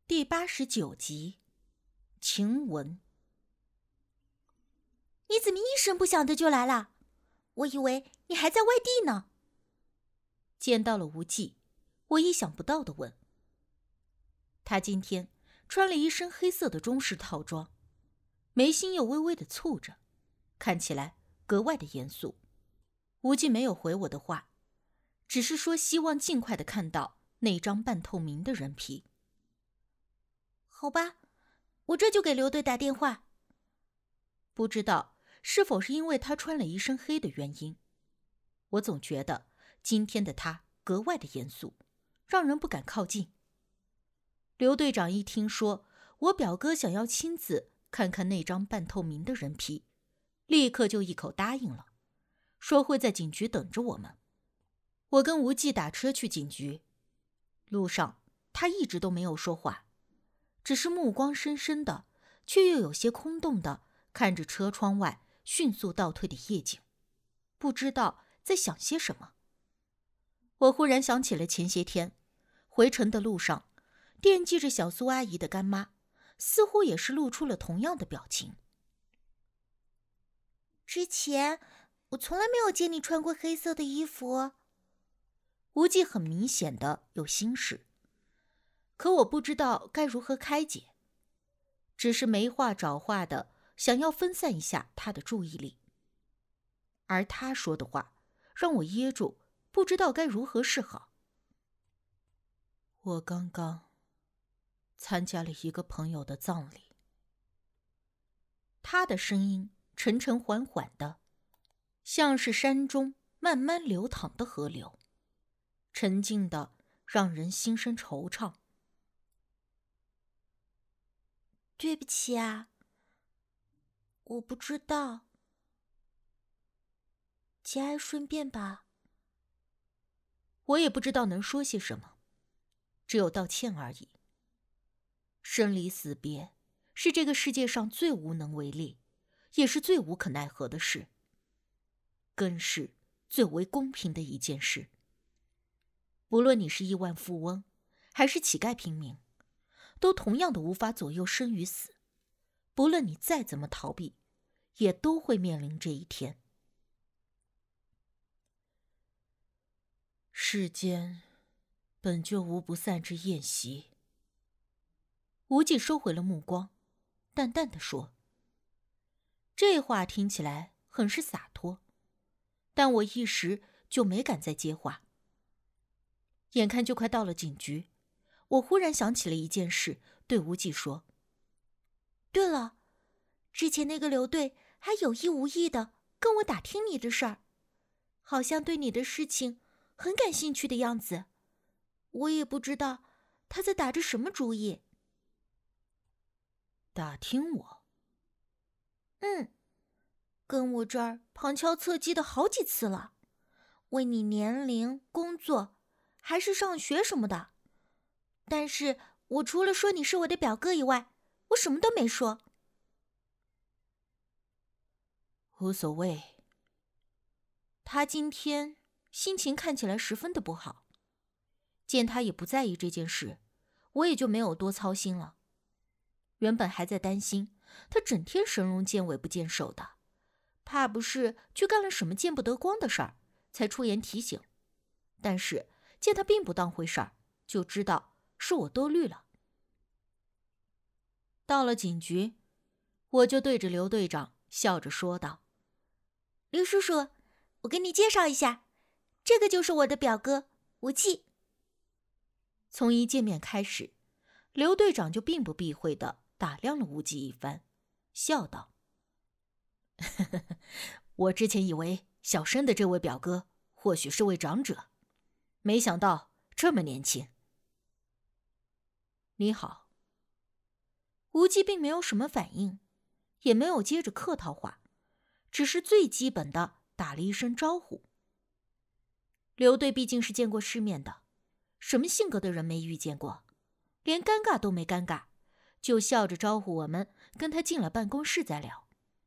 第89集，晴雯。 你怎么一声不响的就来了？我以为你还在外地呢。 见到了无忌，我意想不到的问。他今天穿了一身黑色的中式套装，眉心又微微的蹙着，看起来格外的严肃。无忌没有回我的话，只是说希望尽快的看到那张半透明的人皮。 好吧，我这就给刘队打电话。 不知道是否是因为他穿了一身黑的原因，我总觉得今天的他格外的严肃，让人不敢靠近。刘队长一听说我表哥想要亲自看看那张半透明的人皮，立刻就一口答应了，说会在警局等着我们。我跟无忌打车去警局，路上他一直都没有说话，只是目光深深的，却又有些空洞的看着车窗外迅速倒退的夜景，不知道在想些什么。我忽然想起了前些天回程的路上，惦记着小苏阿姨的干妈似乎也是露出了同样的表情。 之前我从来没有见你穿过黑色的衣服。 无忌很明显的有心事，可我不知道该如何开解，只是没话找话的想要分散一下他的注意力。而他说的话让我噎住，不知道该如何是好。我刚刚参加了一个朋友的葬礼。他的声音沉沉缓缓的，像是山中慢慢流淌的河流，沉静的让人心生惆怅。 对不起啊，我不知道。节哀顺变吧。 我也不知道能说些什么，只有道歉而已。生离死别是这个世界上最无能为力，也是最无可奈何的事，更是最为公平的一件事。不论你是亿万富翁还是乞丐平民，都同样的无法左右生与死，不论你再怎么逃避，也都会面临这一天。世间本就无不散之宴席。无忌收回了目光，淡淡的说。这话听起来很是洒脱，但我一时就没敢再接话。眼看就快到了警局，我忽然想起了一件事，对无忌说。 对了，之前那个刘队还有意无意的跟我打听你的事儿，好像对你的事情很感兴趣的样子。我也不知道他在打着什么主意。 打听我？ 跟我这儿旁敲侧击的好几次了，问你年龄、工作，还是上学什么的。但是我除了说你是我的表哥以外，我什么都没说。 无所谓。他今天心情看起来十分的不好，见他也不在意这件事，我也就没有多操心了。原本还在担心他整天神龙见尾不见首的，怕不是去干了什么见不得光的事儿，才出言提醒。但是见他并不当回事儿，就知道是我多虑了。到了警局，我就对着刘队长笑着说道： 刘叔叔，我给你介绍一下，这个就是我的表哥无忌。 从一见面开始，刘队长就并不避讳地打量了无忌一番，笑道：我之前以为小生的这位表哥或许是位长者，没想到这么年轻。你好。无忌并没有什么反应，也没有接着客套话，只是最基本的打了一声招呼。刘队毕竟是见过世面的，什么性格的人没遇见过，连尴尬都没尴尬，就笑着招呼我们跟他进了办公室再聊。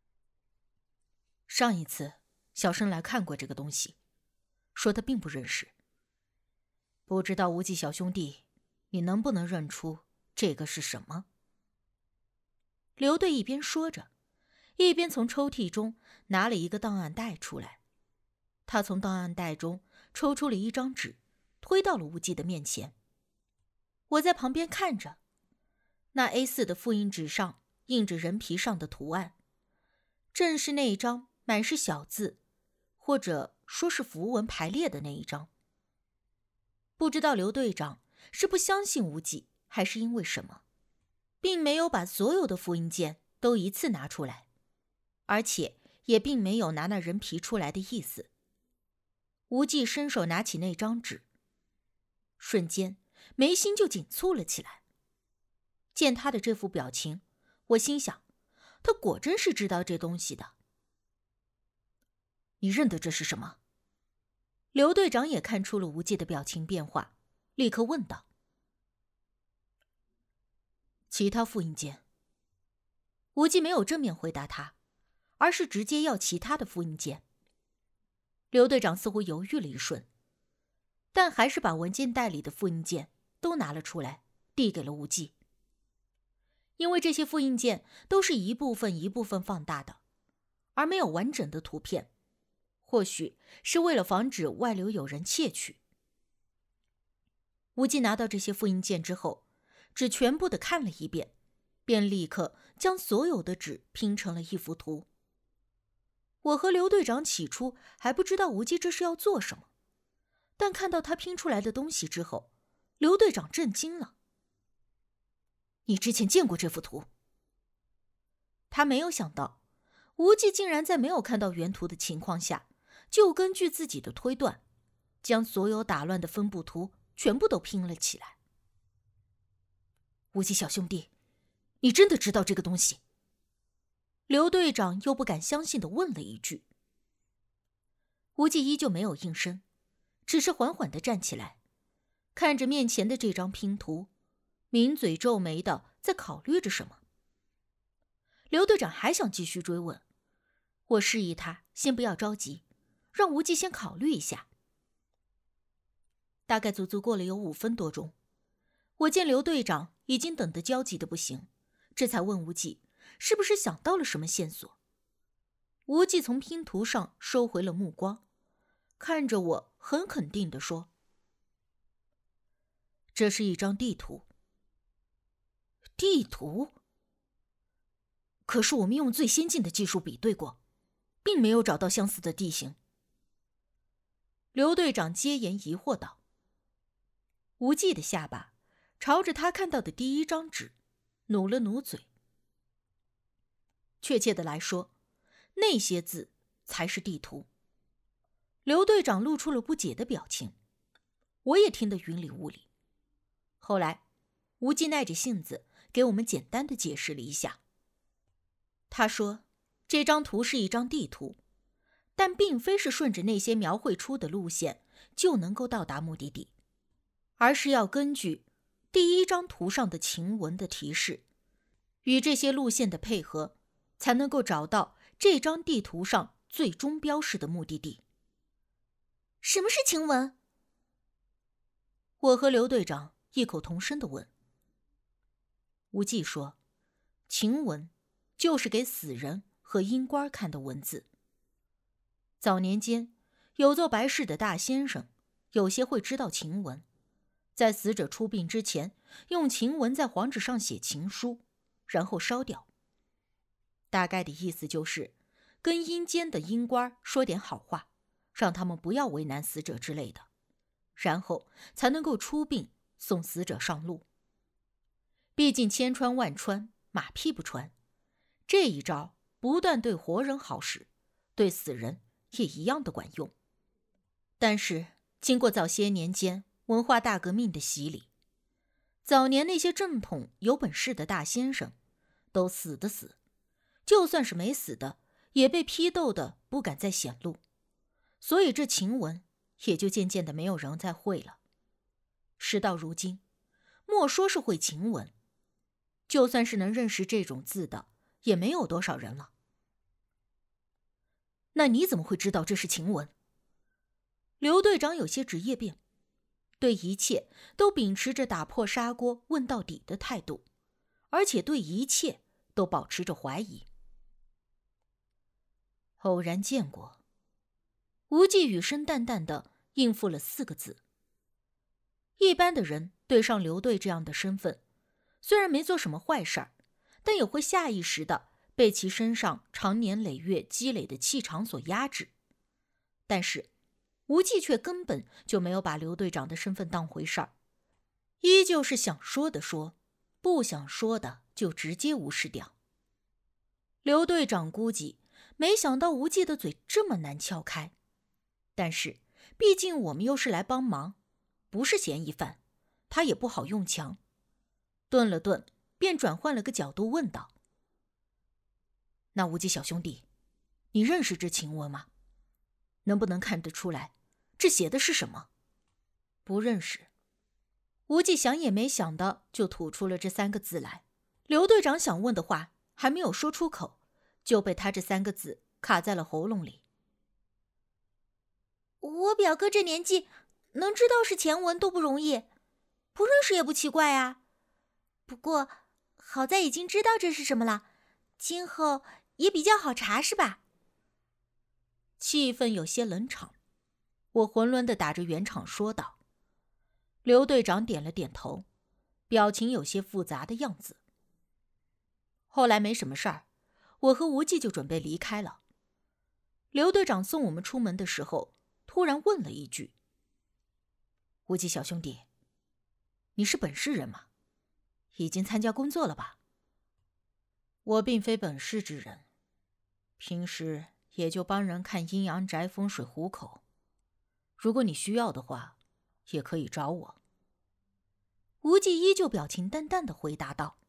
上一次小生来看过这个东西，说他并不认识，不知道无忌小兄弟你能不能认出这个是什么？刘队一边说着，一边从抽屉中拿了一个档案袋出来。他从档案袋中抽出了一张纸，推到了无忌的面前。我在旁边看着，那 A4 的复印纸上印着人皮上的图案，正是那一张满是小字，或者说是符文排列的那一张。不知道刘队长是不相信无忌，还是因为什么，并没有把所有的复印件都一次拿出来，而且也并没有拿那人皮出来的意思。无忌伸手拿起那张纸，瞬间眉心就紧蹙了起来。见他的这副表情，我心想，他果真是知道这东西的。你认得这是什么？刘队长也看出了无忌的表情变化，立刻问道。其他复印件。无忌没有正面回答他，而是直接要其他的复印件。刘队长似乎犹豫了一瞬，但还是把文件袋里的复印件都拿了出来，递给了无忌。因为这些复印件都是一部分一部分放大的，而没有完整的图片，或许是为了防止外流有人窃取。无忌拿到这些复印件之后，只全部的看了一遍，便立刻将所有的纸拼成了一幅图。我和刘队长起初还不知道无忌这是要做什么，但看到他拼出来的东西之后，刘队长震惊了。你之前见过这幅图？他没有想到，无忌竟然在没有看到原图的情况下，就根据自己的推断，将所有打乱的分布图全部都拼了起来。无忌小兄弟，你真的知道这个东西？刘队长又不敢相信地问了一句。无忌依旧没有应声，只是缓缓地站起来，看着面前的这张拼图，抿嘴皱眉地在考虑着什么。刘队长还想继续追问，我示意他先不要着急，让无忌先考虑一下。大概足足过了有5分多钟，我见刘队长已经等得焦急的不行，这才问无忌是不是想到了什么线索。无忌从拼图上收回了目光，看着我很肯定地说：这是一张地图。地图？可是我们用最先进的技术比对过，并没有找到相似的地形。刘队长接言疑惑道。无忌的下巴朝着他看到的第一张纸努了努嘴。确切的来说，那些字才是地图。刘队长露出了不解的表情，我也听得云里雾里。后来无忌耐着性子给我们简单的解释了一下。他说这张图是一张地图，但并非是顺着那些描绘出的路线就能够到达目的地，而是要根据第一张图上的晴雯的提示，与这些路线的配合，才能够找到这张地图上最终标示的目的地。 什么是晴雯？ 我和刘队长异口同声地问。无忌说，晴雯就是给死人和阴官看的文字。早年间有做白事的大先生，有些会知道晴雯，在死者出殡之前，用晴雯在黄纸上写情书，然后烧掉。大概的意思就是跟阴间的阴官说点好话，让他们不要为难死者之类的，然后才能够出殡送死者上路。毕竟千穿万穿，马屁不穿，这一招不但对活人好使，对死人也一样的管用。但是经过早些年间文化大革命的洗礼，早年那些正统有本事的大先生都死的死，就算是没死的也被批斗的不敢再显露，所以这晴雯也就渐渐的没有人再会了。时到如今，莫说是会晴雯，就算是能认识这种字的也没有多少人了。那你怎么会知道这是晴雯？刘队长有些职业病。 对一切都秉持着打破砂锅问到底的态度，而且对一切都保持着怀疑。偶然见过。无忌语声淡淡的应付了4个字。一般的人对上刘队这样的身份，虽然没做什么坏事儿，但也会下意识的被其身上长年累月积累的气场所压制。但是无忌却根本就没有把刘队长的身份当回事儿，依旧是想说的说，不想说的就直接无视掉。刘队长估计没想到无忌的嘴这么难撬开，但是毕竟我们又是来帮忙，不是嫌疑犯，他也不好用强。顿了顿，便转换了个角度问道：那无忌小兄弟，你认识这晴雯吗？能不能看得出来这写的是什么？不认识。无忌想也没想的就吐出了这3个字来。刘队长想问的话还没有说出口，就被他这3个字卡在了喉咙里。 我表哥这年纪能知道是前文都不容易，不认识也不奇怪啊。不过好在已经知道这是什么了，今后也比较好查是吧？ 气氛有些冷场，我浑乱地打着圆场说道。刘队长点了点头，表情有些复杂的样子。后来没什么事儿，我和无忌就准备离开了。刘队长送我们出门的时候，突然问了一句：无忌小兄弟，你是本市人吗？已经参加工作了吧？我并非本市之人，平时也就帮人看阴阳宅风水虎口，如果你需要的话，也可以找我。无忌依旧表情淡淡的回答道。